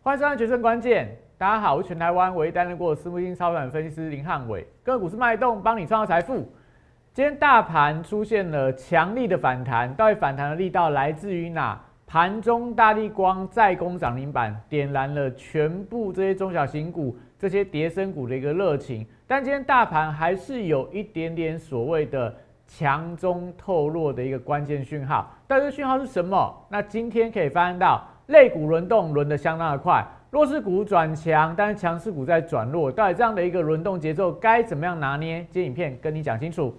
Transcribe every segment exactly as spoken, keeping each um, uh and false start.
欢迎收看《决胜关键》，大家好，我是全台湾唯一担任过私募基金操盘分析师林汉伟，个股市脉动，帮你创造财富。今天大盘出现了强力的反弹，到底反弹的力道来自于哪？盘中大立光再攻涨停板，点燃了全部这些中小型股、这些跌升股的一个热情。但今天大盘还是有一点点所谓的强中透弱的一个关键讯号。到底这讯号是什么？那今天可以发现到类股轮动轮得相当的快，弱势股转强，但是强势股在转弱。到底这样的一个轮动节奏该怎么样拿捏？今天影片跟你讲清楚。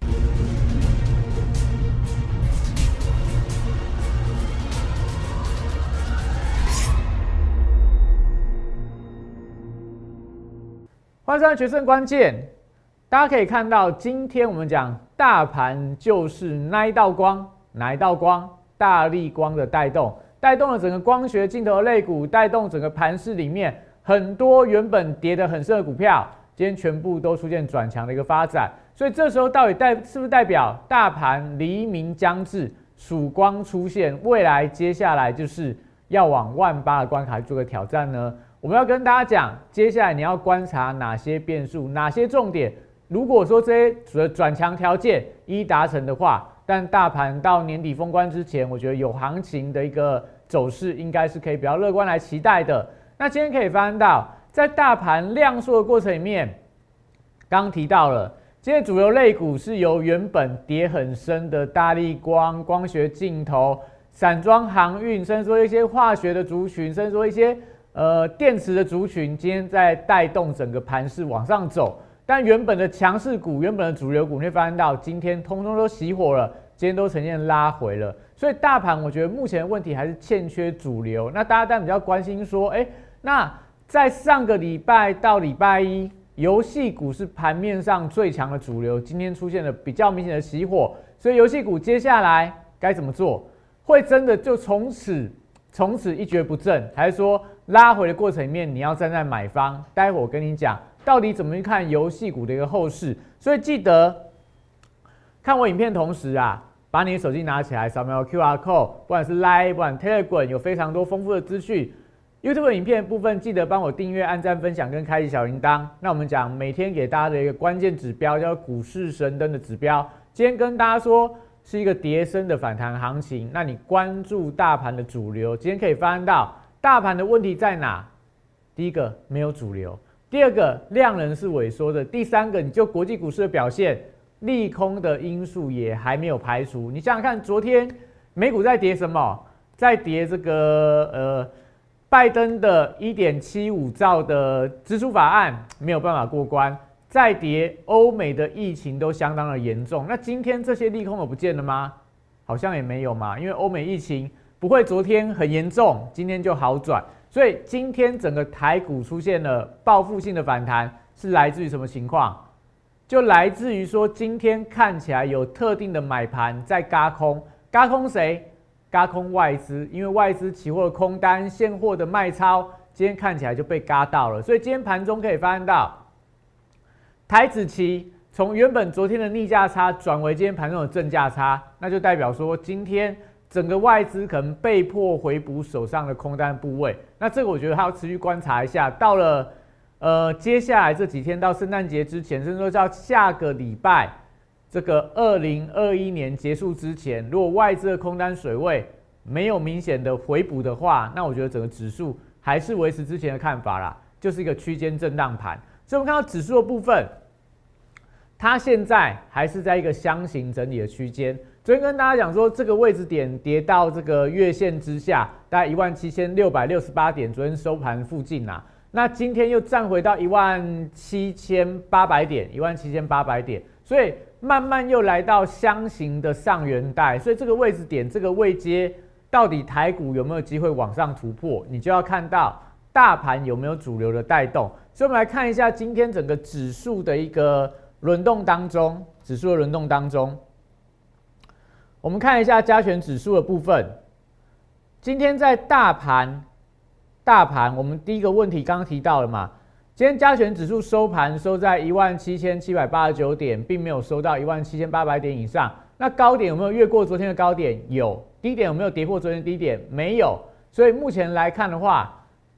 欢迎收看《决胜关键》，大家可以看到，今天我们讲大盘就是那一道光，哪一道光？大立光的带动，带动了整个光学镜头类股，带动整个盘势里面很多原本跌得很深的股票，今天全部都出现转强的一个发展。所以这时候到底代是不是代表大盘黎明将至，曙光出现，未来接下来就是要往万八的关卡做个挑战呢？我们要跟大家讲，接下来你要观察哪些变数，哪些重点。如果说这些转强条件一达成的话，但大盘到年底封关之前，我觉得有行情的一个走势应该是可以比较乐观来期待的。那今天可以发现到，在大盘量缩的过程里面，刚提到了，今天主流类股是由原本跌很深的大立光、光学镜头、散装航运，甚至说一些化学的族群，甚至说一些呃电池的族群，今天在带动整个盘势往上走。但原本的强势股、原本的主流股，你会发现到今天通通都熄火了，今天都呈现拉回了。所以大盘我觉得目前的问题还是欠缺主流。那大家当然比较关心说，哎，那在上个礼拜到礼拜一，游戏股是盘面上最强的主流，今天出现了比较明显的熄火，所以游戏股接下来该怎么做？会真的就从此从此一蹶不振，还是说拉回的过程里面你要站在买方？待会我跟你讲。到底怎么去看游戏股的一个后市？所以记得看我影片同时啊，把你的手机拿起来，扫描 Q R code， 不管是 Line， 不管 Telegram， 有非常多丰富的资讯。YouTube 影片的部分，记得帮我订阅、按赞、分享跟开启小铃铛。那我们讲每天给大家的一个关键指标，叫股市神灯的指标。今天跟大家说是一个跌升的反弹行情，那你关注大盘的主流，今天可以发现到大盘的问题在哪？第一个，没有主流。第二个，量能是萎缩的。第三个，你就国际股市的表现，利空的因素也还没有排除。你想想看，昨天美股在跌什么？在跌这个呃，拜登的 一点七五兆的支出法案没有办法过关，在跌欧美的疫情都相当的严重。那今天这些利空有不见了吗？好像也没有嘛，因为欧美疫情不会昨天很严重，今天就好转。所以今天整个台股出现了报复性的反弹，是来自于什么情况？就来自于说今天看起来有特定的买盘在軋空，軋空谁？軋空外资，因为外资期货的空单、现货的卖超，今天看起来就被軋到了。所以今天盘中可以发现到，台指期从原本昨天的逆价差转为今天盘中的正价差，那就代表说今天整个外资可能被迫回补手上的空单部位，那这个我觉得还要持续观察一下。到了呃接下来这几天到圣诞节之前，甚至说到下个礼拜这个二零二一年结束之前，如果外资的空单水位没有明显的回补的话，那我觉得整个指数还是维持之前的看法啦，就是一个区间震荡盘。所以我们看到指数的部分，它现在还是在一个箱型整理的区间。昨天跟大家讲说，这个位置点跌到这个月线之下，大概一万七千六百六十八点，昨天收盘附近啊。那今天又站回到一万七千八百点，一万七千八百点，所以慢慢又来到箱型的上缘带，所以这个位置点，这个位阶，到底台股有没有机会往上突破？你就要看到大盘有没有主流的带动。所以我们来看一下今天整个指数的一个轮动当中，指数的轮动当中。我们看一下加权指数的部分，今天在大盘，大盘我们第一个问题刚刚提到了嘛，今天加权指数收盘收在一万七千七百八十九点，并没有收到一万七千八百点以上。那高点有没有越过昨天的高点？有。低点有没有跌破昨天的低点？没有。所以目前来看的话，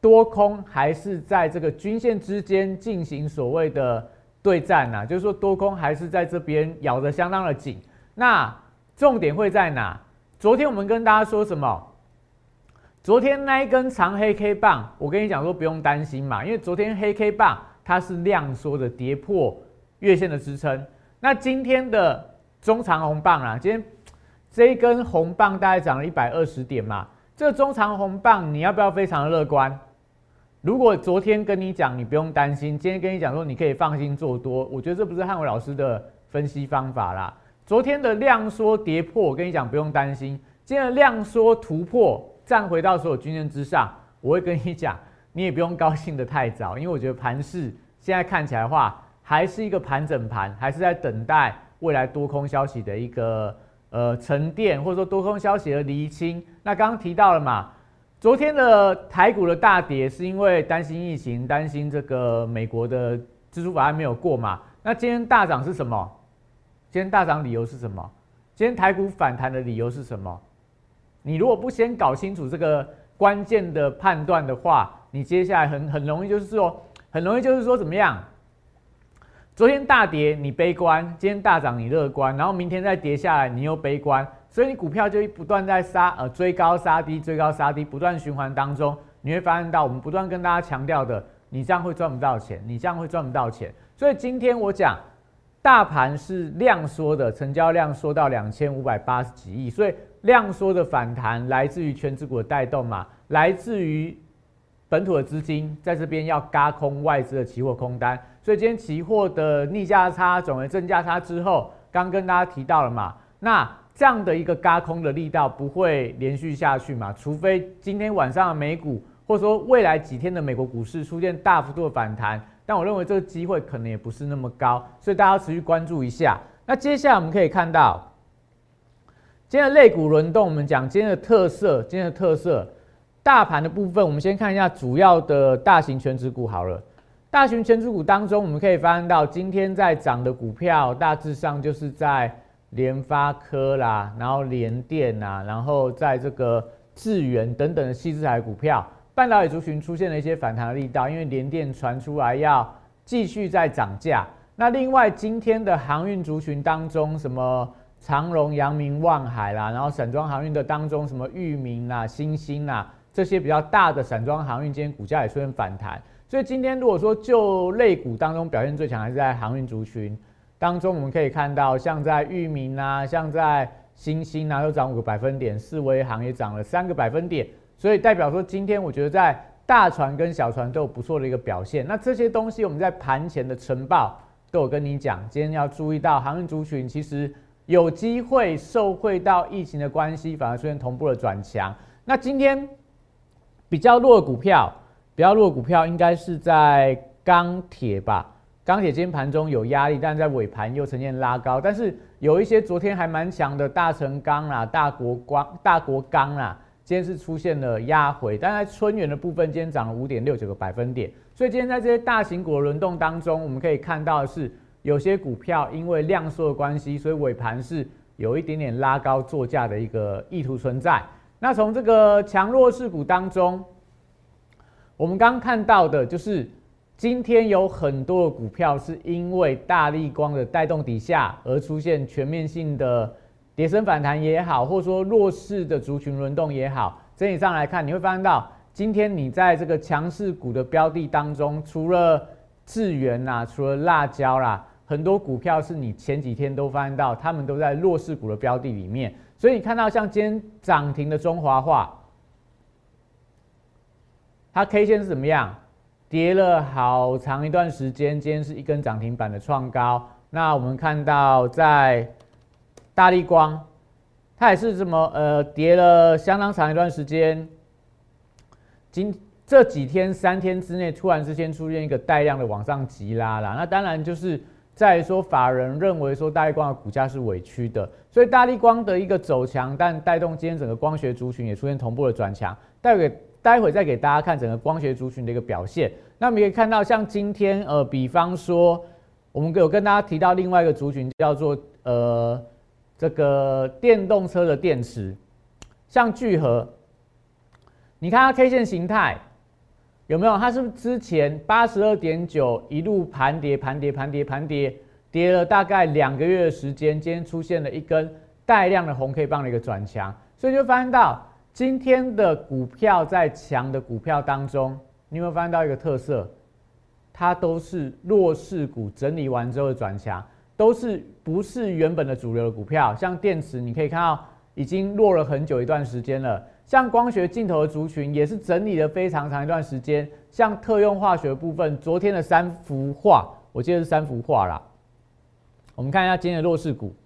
多空还是在这个均线之间进行所谓的对战呐、啊，就是说多空还是在这边咬得相当的紧。那重点会在哪？昨天我们跟大家说什么？昨天那一根长黑 K 棒，我跟你讲说不用担心嘛，因为昨天黑 K 棒它是量缩的跌破月线的支撑。那今天的中长红棒啊，今天这一根红棒大概涨了一百二十点嘛，这个中长红棒你要不要非常的乐观？如果昨天跟你讲你不用担心，今天跟你讲说你可以放心做多，我觉得这不是汉伟老师的分析方法啦。昨天的量缩跌破，我跟你讲不用担心，今天的量缩突破站回到所有均线之上，我会跟你讲，你也不用高兴得太早，因为我觉得盘势现在看起来的话，还是一个盘整盘，还是在等待未来多空消息的一个呃沉淀，或者说多空消息的厘清。那刚刚提到了嘛，昨天的台股的大跌是因为担心疫情，担心这个美国的支出法案没有过嘛。那今天大涨是什么？今天大涨理由是什么？今天台股反弹的理由是什么？你如果不先搞清楚这个关键的判断的话，你接下来很很容易就是说，很容易就是说怎么样？昨天大跌你悲观，今天大涨你乐观，然后明天再跌下来你又悲观，所以你股票就不断在杀呃追高杀低，追高杀低，不断循环当中，你会发现到我们不断跟大家强调的，你这样会赚不到钱，你这样会赚不到钱。所以今天我讲。大盘是量缩的，成交量缩到两千五百八十几亿，所以量缩的反弹来自于全指股的带动嘛，来自于本土的资金在这边要軋空外资的期货空单，所以今天期货的逆价差转为正价差之后，刚跟大家提到了嘛，那这样的一个軋空的力道不会连续下去嘛，除非今天晚上的美股或者说未来几天的美国股市出现大幅度的反弹。但我认为这个机会可能也不是那么高，所以大家要持续关注一下。那接下来我们可以看到，今天的类股轮动，我们讲今天的特色，今天的特色，大盘的部分，我们先看一下主要的大型全指股好了。大型全指股当中，我们可以发现到，今天在涨的股票，大致上就是在联发科啦，然后联电啦，然后在这个智原等等的矽智财股票。半导体族群出现了一些反弹的力道，因为联电传出来要继续在涨价。那另外今天的航运族群当中，什么长荣、阳明、万海啦，然后散装航运的当中，什么裕民啦、新兴啦，这些比较大的散装航运，今天股价也出现反弹。所以今天如果说就类股当中表现最强，还是在航运族群当中，我们可以看到，像在裕民啊，像在新兴啊，又涨五个百分点，四维航也涨了三个百分点。所以代表说，今天我觉得在大船跟小船都有不错的一个表现。那这些东西我们在盘前的晨报都有跟你讲，今天要注意到航运族群其实有机会受惠到疫情的关系，反而出现同步的转强。那今天比较弱的股票，比较弱的股票应该是在钢铁吧？钢铁今天盘中有压力，但在尾盘又呈现拉高。但是有一些昨天还蛮强的大成钢啦、大国光、大国钢啦。今天是出现了压回，但在春元的部分，今天涨了 五点六九个百分点。所以今天在这些大型股的轮动当中，我们可以看到的是，有些股票因为量缩的关系，所以尾盘是有一点点拉高作价的一个意图存在。那从这个强弱势股当中，我们刚刚看到的就是今天有很多的股票是因为大立光的带动底下而出现全面性的跌升反弹也好，或者说弱势的族群轮动也好，整体上来看，你会发现到今天你在这个强势股的标的当中，除了智原啦，除了辣椒啦，很多股票是你前几天都发现到，他们都在弱势股的标的里面。所以你看到像今天涨停的中华化，它 K 线是怎么样？跌了好长一段时间，今天是一根涨停板的创高。那我们看到在大立光，它也是这么呃跌了相当长一段时间，今这几天三天之内突然之间出现一个带量的往上急拉啦，那当然就是在说法人认为说大立光的股价是委屈的，所以大立光的一个走强，但带动今天整个光学族群也出现同步的转强。待会待会再给大家看整个光学族群的一个表现。那我们可以看到，像今天呃，比方说我们有跟大家提到另外一个族群叫做呃。这个电动车的电池，像聚合，你看它 K 线形态， 有没有？它是不是之前八十二点九一路盘跌、盘跌、盘跌、盘跌，跌了大概两个月的时间，今天出现了一根带量的红 K 棒的一个转强，所以就发现到今天的股票在强的股票当中，你有没有发现到一个特色？它都是弱势股整理完之后的转强，都是不是原本的主流的股票。像电池，你可以看到已经弱了很久一段时间了。像光学镜头的族群也是整理了非常长一段时间。像特用化学的部分，昨天的三幅画，我记得是三幅画啦。我们看一下今天的弱势股，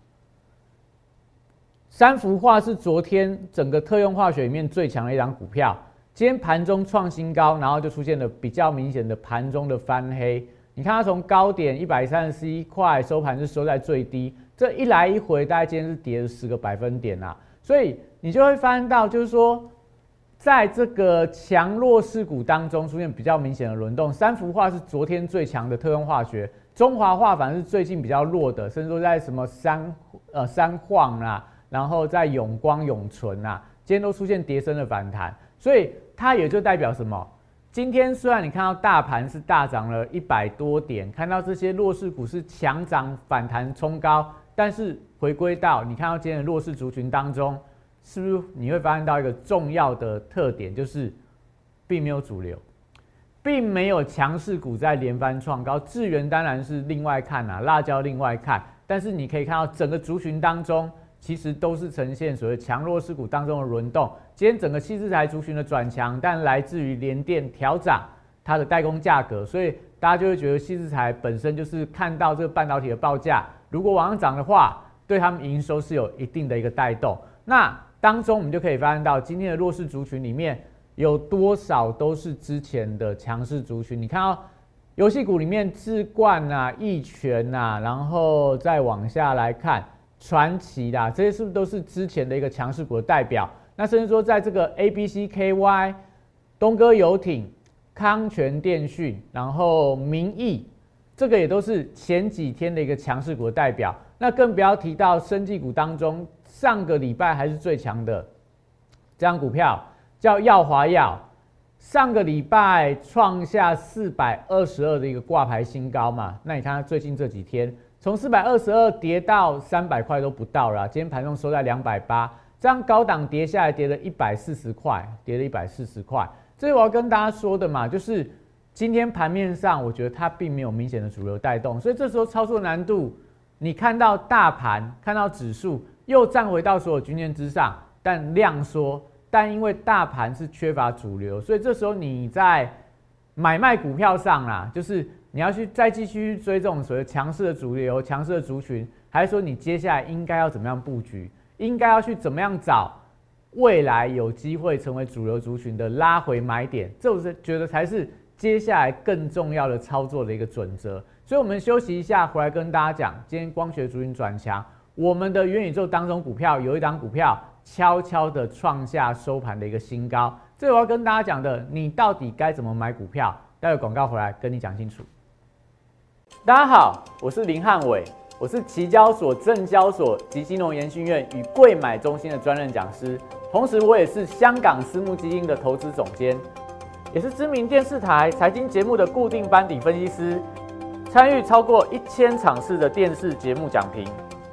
三幅画是昨天整个特用化学里面最强的一档股票。今天盘中创新高，然后就出现了比较明显的盘中的翻黑。你看它从高点一百三十一块收盘是收在最低，这一来一回，大概今天是跌了十个百分点啦。所以你就会发现到，就是说，在这个强弱势股当中出现比较明显的轮动。三幅画是昨天最强的特用化学，中华化反而是最近比较弱的，甚至说在什么三呃三晃啊，然后在永光、永纯啊，今天都出现跌升的反弹。所以它也就代表什么？今天虽然你看到大盘是大涨了一百多点，看到这些弱势股是强涨反弹冲高，但是回归到你看到今天的弱势族群当中，是不是你会发现到一个重要的特点，就是并没有主流，并没有强势股在连番创高。智原当然是另外看啊，辣椒另外看，但是你可以看到整个族群当中，其实都是呈现所谓强弱势股当中的轮动。今天整个矽智财族群的转强，但来自于联电调涨它的代工价格，所以大家就会觉得矽智财本身就是看到这个半导体的报价，如果往上涨的话，对他们营收是有一定的一个带动。那当中我们就可以发现到，今天的弱势族群里面有多少都是之前的强势族群。你看到游戏股里面智冠啊、易全啊，然后再往下来看传奇啦，这些是不是都是之前的一个强势股的代表？那甚至说，在这个 A B C K Y、东哥游艇、康泉电讯，然后民意，这个也都是前几天的一个强势股的代表。那更不要提到生技股当中，上个礼拜还是最强的这张股票叫耀华药，上个礼拜创下四百二十二的一个挂牌新高嘛。那你看它最近这几天，从四百二十二跌到三百块都不到了，今天盘中收在两百八。这样高档跌下来，跌了一百四十块，跌了一百四十块。这是我要跟大家说的嘛，就是今天盘面上，我觉得它并没有明显的主流带动，所以这时候操作难度，你看到大盘，看到指数又站回到所有均线之上，但量缩，但因为大盘是缺乏主流，所以这时候你在买卖股票上啦，就是你要去再继续追这种所谓强势的主流、强势的族群，还是说你接下来应该要怎么样布局？应该要去怎么样找未来有机会成为主流族群的拉回买点，这我是觉得才是接下来更重要的操作的一个准则。所以我们休息一下，回来跟大家讲，今天光学族群转强，我们的元宇宙当中股票有一档股票悄悄的创下收盘的一个新高，这我要跟大家讲的，你到底该怎么买股票？待会广告回来跟你讲清楚。大家好，我是林汉伟。我是期交所、证交所及金融研训院与贵买中心的专任讲师，同时我也是香港私募基金的投资总监，也是知名电视台财经节目的固定班底分析师，参与超过一千场次的电视节目讲评。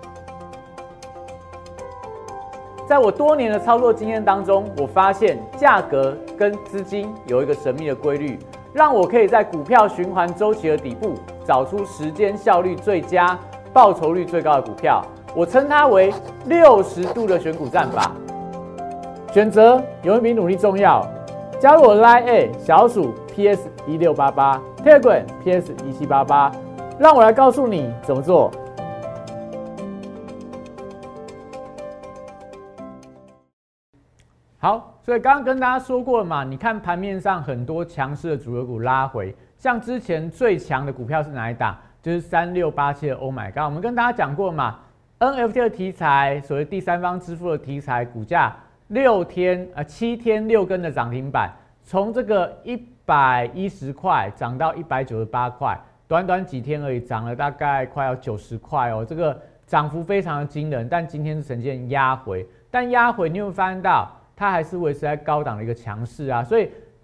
在我多年的操作经验当中，我发现价格跟资金有一个神秘的规律，让我可以在股票循环周期的底部找出时间效率最佳、报酬率最高的股票，我称它为六十度的选股战法。选择永远比努力重要。加入我 Line 小鼠 P S 一六八八 Telegram P S 一七八八，让我来告诉你怎么做。好，所以刚刚跟大家说过了嘛，你看盘面上很多强势的主流股拉回，像之前最强的股票是哪一档？就是三六八七的 Oh My God， 我们跟大家讲过嘛 ，N F T 的题材，所谓第三方支付的题材，股价六天呃七天六根的涨停板，从这个一百一十块涨到一百九十八块，短短几天而已，涨了大概快要九十块哦，这个涨幅非常的惊人。但今天是呈现压回，但压回你有没有发现到它还是维持在高档的一个强势啊？所以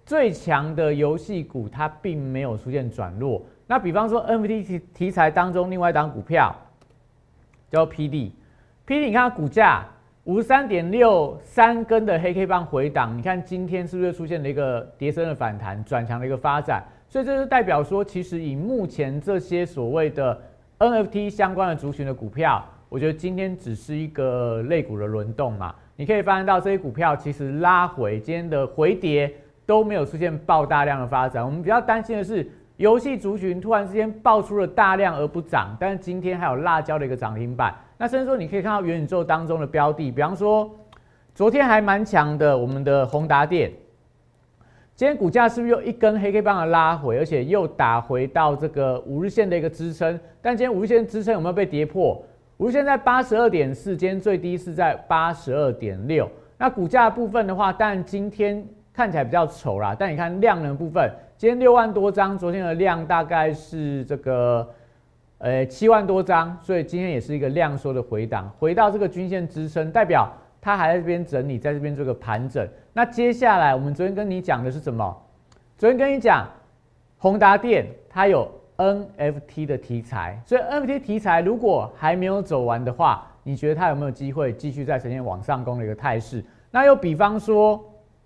最强的游戏股它并没有出现转弱。那比方说 N F T 题材当中，另外一档股票叫 P D，P D 你看它股价五十三点六三根的黑 K 棒回档，你看今天是不是出现了一个跌升的反弹，转强的一个发展？所以这就代表说，其实以目前这些所谓的 N F T 相关的族群的股票，我觉得今天只是一个类股的轮动嘛。你可以发现到这些股票其实拉回今天的回跌都没有出现爆大量的发展。我们比较担心的是，游戏族群突然之间爆出了大量而不涨，但是今天还有辣椒的一个涨停板。那甚至说你可以看到元宇宙当中的标的，比方说昨天还蛮强的我们的宏达电，今天股价是不是又一根黑 K 棒的拉回，而且又打回到这个五日线的一个支撑？但今天五日线支撑有没有被跌破？五日线在八十二点四，今天最低是在八十二点六。那股价的部分的话，当然今天看起来比较丑啦，但你看量能的部分，今天六万多张，昨天的量大概是这个呃七万多张，所以今天也是一个量缩的回档，回到这个均线支撑，代表它还在这边整理，在这边做个盘整。那接下来我们昨天跟你讲的是什么？昨天跟你讲宏达电它有 N F T 的题材，所以 N F T 题材如果还没有走完的话，你觉得它有没有机会继续再呈现往上攻的一个态势？那又比方说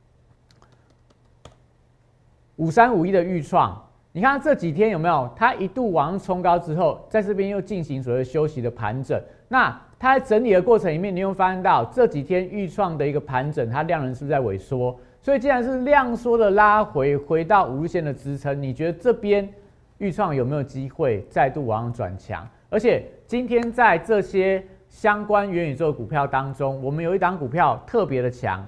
五三五一的钰创，你看这几天有没有？它一度往上冲高之后，在这边又进行所谓休息的盘整。那它在整理的过程里面，你会发现到这几天钰创的一个盘整，它量能是不是在萎缩？所以既然是量缩的拉回，回到五日线的支撑，你觉得这边钰创有没有机会再度往上转强？而且今天在这些相关元宇宙股票当中，我们有一档股票特别的强，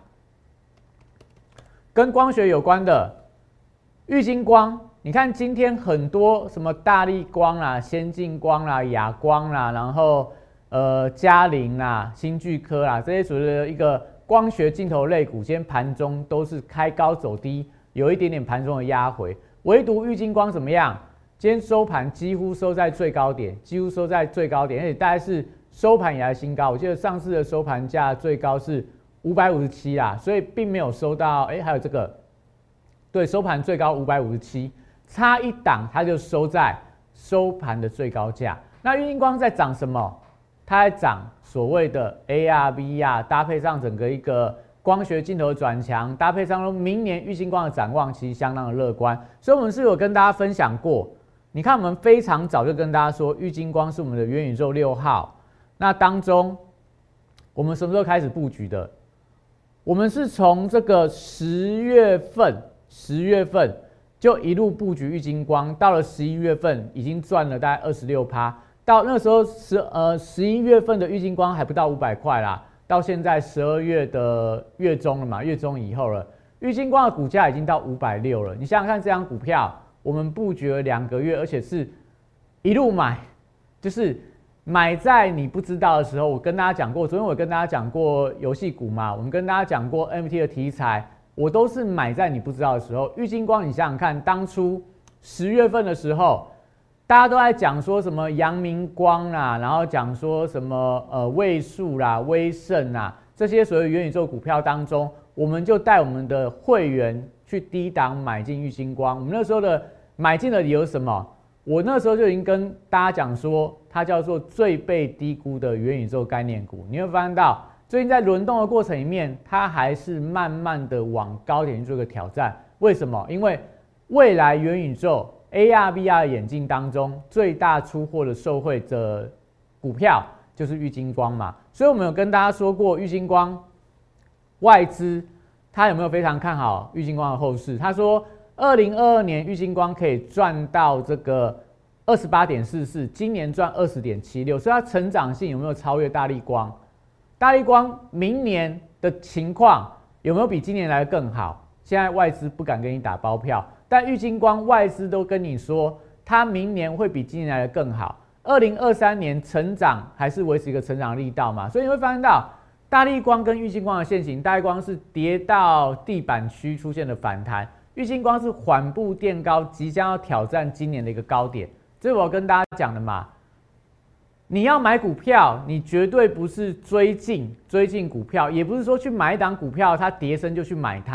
跟光学有关的玉晶光。你看今天很多什么大立光啦、先进光啦、亚光啦，然后呃嘉陵啦、新巨科啦，这些属于一个光学镜头类股，今天盘中都是开高走低，有一点点盘中的压回。唯独玉晶光怎么样？今天收盘几乎收在最高点，几乎收在最高点，而且大概是收盘以来的新高。我记得上次的收盘价最高是五百五十七啦，所以并没有收到。哎，还有这个，对，收盘最高五百五十七，差一档它就收在收盘的最高价。那玉晶光在涨什么？它在涨所谓的 A R V R， 搭配上整个一个光学镜头转强，搭配上明年玉晶光的展望其实相当的乐观。所以我们是有跟大家分享过。你看，我们非常早就跟大家说，玉晶光是我们的元宇宙六号。那当中，我们什么时候开始布局的？我们是从这个十月份，十月份就一路布局玉晶光，到了十一月份已经赚了大概二十六趴。到那时候十呃十一月份的玉晶光还不到五百块啦，到现在十二月的月中了嘛，月中以后了，玉晶光的股价已经到五百六了。你想想看，这张股票。我们布局了两个月，而且是一路买，就是买在你不知道的时候。我跟大家讲过，昨天我跟大家讲过游戏股嘛，我们跟大家讲过 N F T 的题材，我都是买在你不知道的时候。玉晶光，你想想看，当初十月份的时候，大家都在讲说什么阳明光啦，然后讲说什么呃位数啦、威盛啦，这些所谓元宇宙股票当中，我们就带我们的会员去低档买进玉晶光。我们那时候的买进的理由是什么？我那时候就已经跟大家讲说，它叫做最被低估的元宇宙概念股。你会发现到，最近在轮动的过程里面，它还是慢慢的往高点去做个挑战。为什么？因为未来元宇宙 A R V R 的眼镜当中，最大出货的受惠者股票就是玉晶光嘛。所以我们有跟大家说过，玉晶光外资他有没有非常看好玉晶光的后市？他说，二零二二年玉晶光可以赚到这个二十八点四四，今年赚二十点七六，所以它成长性有没有超越大立光？大立光明年的情况有没有比今年来的更好？现在外资不敢跟你打包票，但玉晶光外资都跟你说，它明年会比今年来的更好。二零二三年成长还是维持一个成长力道嘛，所以你会发现到。大立光跟玉晶光的线型，大立光是跌到地板区出现了反弹，玉晶光是缓步垫高，即将要挑战今年的一个高点。这是我跟大家讲的嘛。你要买股票，你绝对不是追进追进股票，也不是说去买一档股票它跌升就去买它。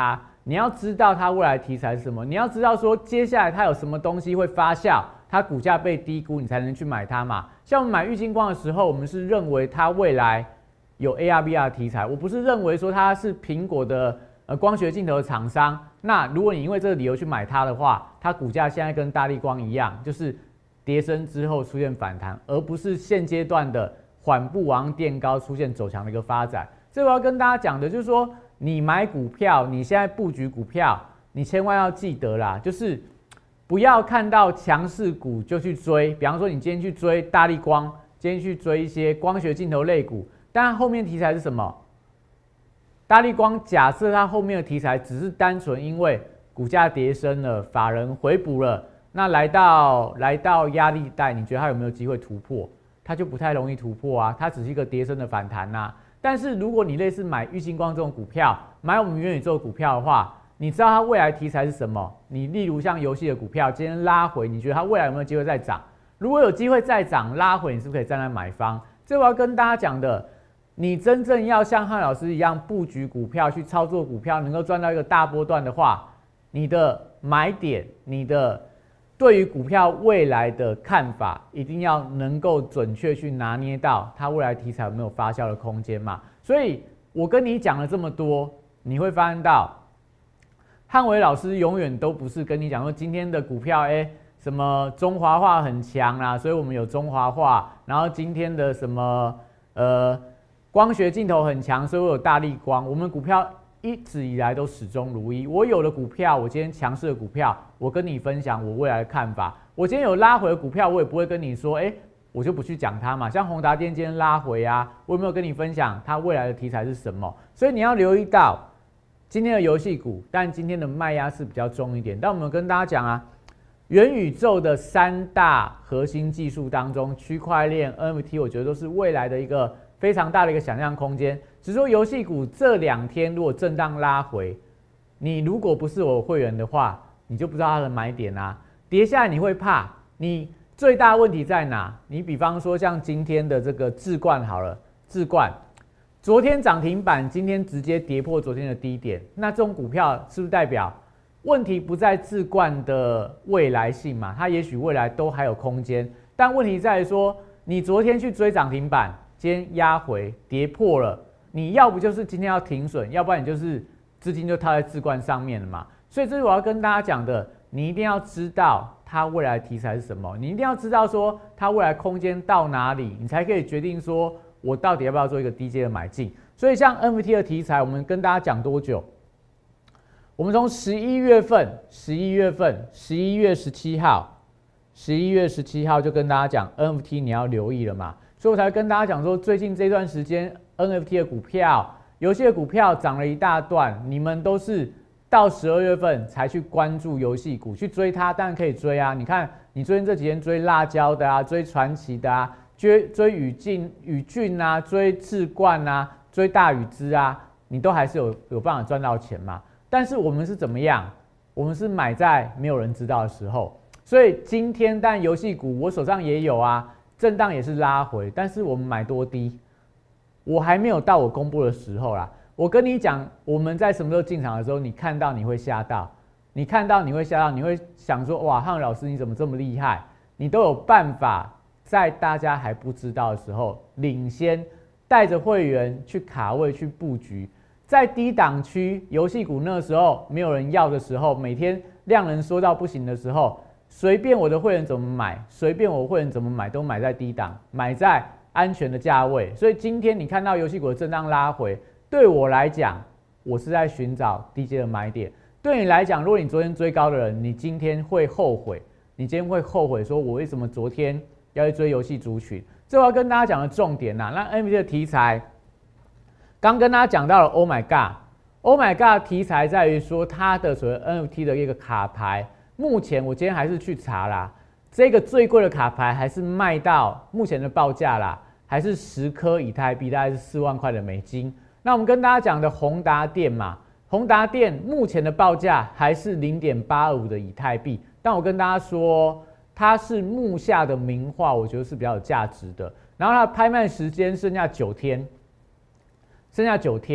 你要知道它未来题材是什么，你要知道说接下来它有什么东西会发酵，它股价被低估，你才能去买它嘛。像我们买玉晶光的时候，我们是认为它未来有 A R V R 题材，我不是认为说它是苹果的呃光学镜头的厂商。那如果你因为这个理由去买它的话，它股价现在跟大立光一样，就是跌升之后出现反弹，而不是现阶段的缓步往上垫高出现走强的一个发展。所以我要跟大家讲的就是说，你买股票，你现在布局股票，你千万要记得啦，就是不要看到强势股就去追。比方说，你今天去追大立光，今天去追一些光学镜头类股，但后面题材是什么？大立光假设它后面的题材只是单纯因为股价跌升了，法人回补了，那来到来到压力带，你觉得它有没有机会突破？它就不太容易突破啊，它只是一个跌升的反弹呐、啊。但是如果你类似买玉晶光这种股票，买我们元宇宙股票的话，你知道它未来题材是什么？你例如像游戏的股票，今天拉回，你觉得它未来有没有机会再涨？如果有机会再涨，拉回，你是不是可以站在买方？这我要跟大家讲的。你真正要像汉老师一样布局股票，去操作股票，能够赚到一个大波段的话，你的买点，你的对于股票未来的看法，一定要能够准确去拿捏到它未来题材有没有发酵的空间嘛。所以我跟你讲了这么多，你会发现到汉伟老师永远都不是跟你讲说今天的股票，哎，什么中华化很强啦，所以我们有中华化，然后今天的什么呃。光学镜头很强，所以我有大立光。我们股票一直以来都始终如一。我有的股票，我今天强势的股票，我跟你分享我未来的看法。我今天有拉回的股票，我也不会跟你说，哎，我就不去讲它嘛。像宏达电今天拉回啊，我有没有跟你分享它未来的题材是什么？所以你要留意到今天的游戏股，但今天的卖压是比较重一点。但我们跟大家讲啊，元宇宙的三大核心技术当中，区块链、N F T， 我觉得都是未来的一个非常大的一个想象空间。只是说游戏股这两天如果震荡拉回，你如果不是我会员的话，你就不知道它的买点啊。跌下来你会怕，你最大问题在哪？你比方说像今天的这个智冠好了，智冠昨天涨停板，今天直接跌破昨天的低点，那这种股票是不是代表问题不在智冠的未来性嘛？它也许未来都还有空间，但问题在于说，你昨天去追涨停板，今天压回跌破了，你要不就是今天要停损，要不然你就是资金就套在智冠上面了嘛。所以这是我要跟大家讲的，你一定要知道它未来的题材是什么，你一定要知道说它未来空间到哪里，你才可以决定说我到底要不要做一个低阶的买进。所以像 N F T 的题材，我们跟大家讲多久？我们从十一月份、十一月份、十一月十七号、十一月十七号就跟大家讲 N F T 你要留意了嘛，所以我才跟大家讲说，最近这段时间 N F T 的股票、游戏的股票涨了一大段，你们都是到十二月份才去关注游戏股，去追它，当然可以追啊。你看，你最近这几天追辣椒的啊，追传奇的啊，追追宇峻、宇峻啊，追智冠啊，追大宇资啊，你都还是有有办法赚到钱嘛。但是我们是怎么样？我们是买在没有人知道的时候，所以今天但游戏股我手上也有啊，震荡也是拉回，但是我们买多低，我还没有到我公布的时候啦。我跟你讲，我们在什么时候进场的时候，你看到你会吓到，你看到你会吓到，你会想说，哇，汉老师你怎么这么厉害？你都有办法在大家还不知道的时候，领先带着会员去卡位去布局。在低档区游戏股那时候没有人要的时候，每天量能缩到不行的时候，随便我的会员怎么买，随便我会员怎么买，都买在低档，买在安全的价位。所以今天你看到游戏股的震荡拉回，对我来讲，我是在寻找低阶的买点。对你来讲，如果你昨天追高的人，你今天会后悔，你今天会后悔说，我为什么昨天要去追游戏族群？这我要跟大家讲的重点呐、啊，那 N F T 的题材。刚跟大家讲到了 ，Oh my God，Oh my God， 题材在于说它的所谓 N F T 的一个卡牌，目前我今天还是去查啦，这个最贵的卡牌还是卖到目前的报价啦，还是十颗以太币，大概是四万块的美金。那我们跟大家讲的宏达电嘛，宏达电目前的报价还是 零点八五 的以太币，但我跟大家说，它是目下的名画，我觉得是比较有价值的。然后它的拍卖时间剩下九天。剩下九天，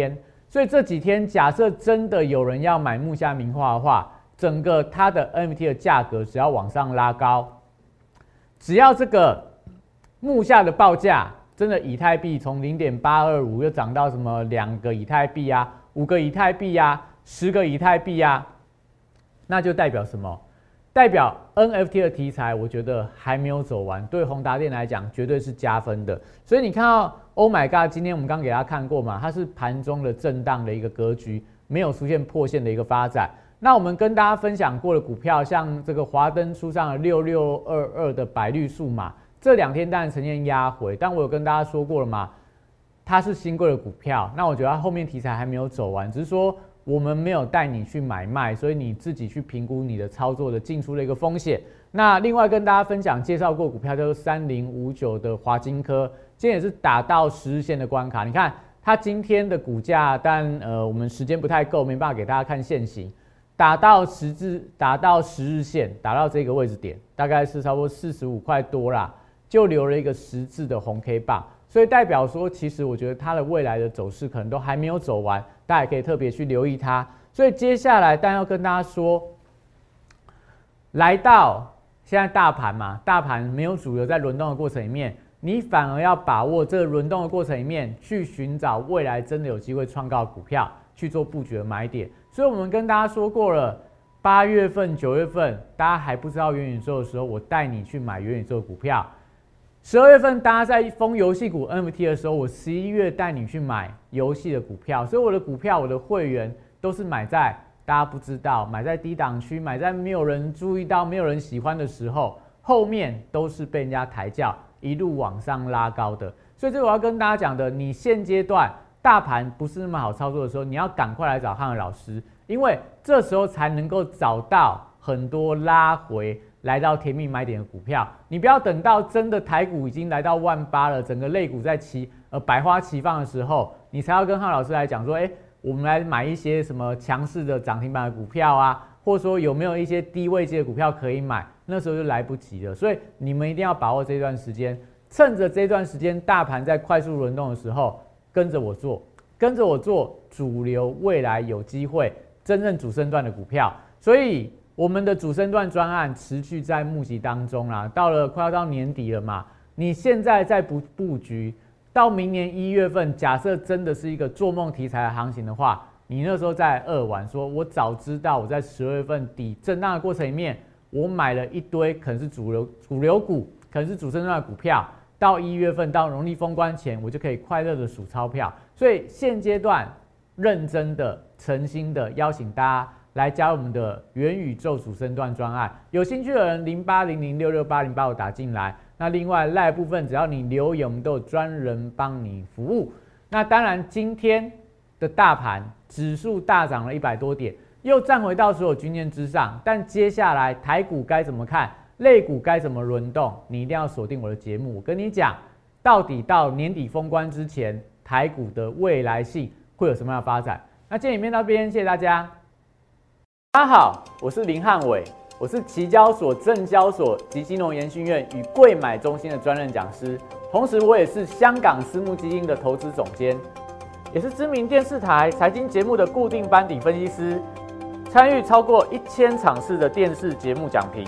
所以这几天假设真的有人要买木下名画的话，整个它的 N F T 的价格只要往上拉高，只要这个木下的报价真的以太币从 零点八二五 又涨到什么两个以太币啊、五个以太币啊、十个以太币啊，那就代表什么？代表 N F T 的题材，我觉得还没有走完，对宏达电来讲绝对是加分的。所以你看到 Oh my God， 今天我们刚给大家看过嘛，它是盘中的震荡的一个格局，没有出现破线的一个发展。那我们跟大家分享过的股票，像这个华灯初上的六六二二的百绿数码，这两天当然呈现压回，但我有跟大家说过了嘛，它是新贵的股票，那我觉得它后面题材还没有走完，只是说我们没有带你去买卖，所以你自己去评估你的操作的进出的一个风险。那另外跟大家分享介绍过股票叫做三零五九的华金科，今天也是打到十日线的关卡。你看它今天的股价，但呃我们时间不太够，没办法给大家看现行，打到十日打到十日线，打到这个位置点，大概是差不多四十五块多啦，就留了一个十字的红 K 棒。所以代表说，其实我觉得它的未来的走势可能都还没有走完，大家也可以特别去留意它。所以接下来，当然要跟大家说，来到现在大盘嘛，大盘没有主流在轮动的过程里面，你反而要把握这个轮动的过程里面，去寻找未来真的有机会创高的股票，去做布局的买点。所以我们跟大家说过了，八月份、九月份，大家还不知道元宇宙的时候，我带你去买元宇宙的股票。十二月份大家在封游戏股 N F T 的时候，我十一月带你去买游戏的股票，所以我的股票，我的会员都是买在大家不知道，买在低档区，买在没有人注意到、没有人喜欢的时候，后面都是被人家抬轿，一路往上拉高的。所以这个我要跟大家讲的，你现阶段大盘不是那么好操作的时候，你要赶快来找汉尔老师，因为这时候才能够找到很多拉回来到甜蜜买点的股票。你不要等到真的台股已经来到万八了，整个类股在齐呃百花齐放的时候，你才要跟汉老师来讲说，哎，我们来买一些什么强势的涨停板的股票啊，或者说有没有一些低位阶的股票可以买，那时候就来不及了。所以你们一定要把握这段时间，趁着这段时间大盘在快速轮动的时候，跟着我做，跟着我做主流未来有机会真正主升段的股票。所以我们的主升段专案持续在募集当中啦，到了快要到年底了嘛，你现在在布布局，到明年一月份，假设真的是一个做梦题材的行情的话，你那时候在二玩说，我早知道我在十二月份底震荡的过程里面，我买了一堆可能是主流主流股，可能是主升段的股票，到一月份到农历封关前，我就可以快乐的数钞票。所以现阶段认真的、诚心的邀请大家来加入我们的元宇宙主升段专案，有兴趣的人零八零零六六八零八五打进来。那另外赖部分，只要你留言，我们都有专人帮你服务。那当然，今天的大盘指数大涨了一百多点，又站回到所有均线之上。但接下来台股该怎么看，类股该怎么轮动，你一定要锁定我的节目。我跟你讲，到底到年底封关之前，台股的未来性会有什么样的发展？那今天影片到这边，谢谢大家。大家好，我是林汉伟，我是期交所、证交所及金融研训院与贵买中心的专任讲师，同时我也是香港私募基金的投资总监，也是知名电视台财经节目的固定班底分析师，参与超过一千场次的电视节目讲评。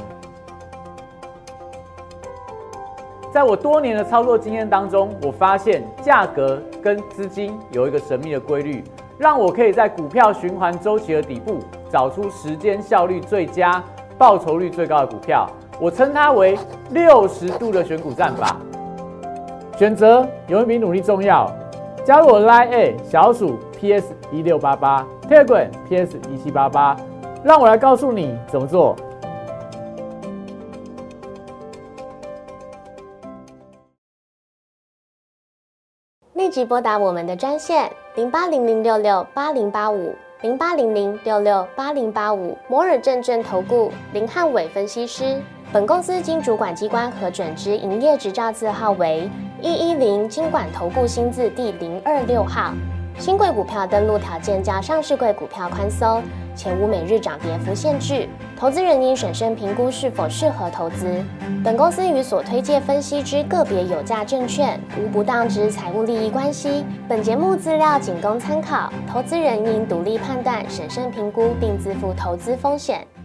在我多年的操作经验当中，我发现价格跟资金有一个神秘的规律，让我可以在股票循环周期的底部找出时间效率最佳、报酬率最高的股票。我称它为六十度的选股战法。选择永远比努力重要。加入我 Line 小鼠 P S 一六八八 Telegram P S 一七八八，让我来告诉你怎么做。 立即拨打我们的专线零八零零六六八零八五零八零零六六八零八五摩尔证券投顾林汉伟分析师。本公司经主管机关核准之营业执照字号为一一零金管投顾新字第零二六号。 新贵股票登录条件较上市柜股票宽松，且无每日涨跌幅限制，投资人应审慎评估是否适合投资。本公司与所推介分析之个别有价证券无不当之财务利益关系。本节目资料仅供参考，投资人应独立判断、审慎评估并自负投资风险。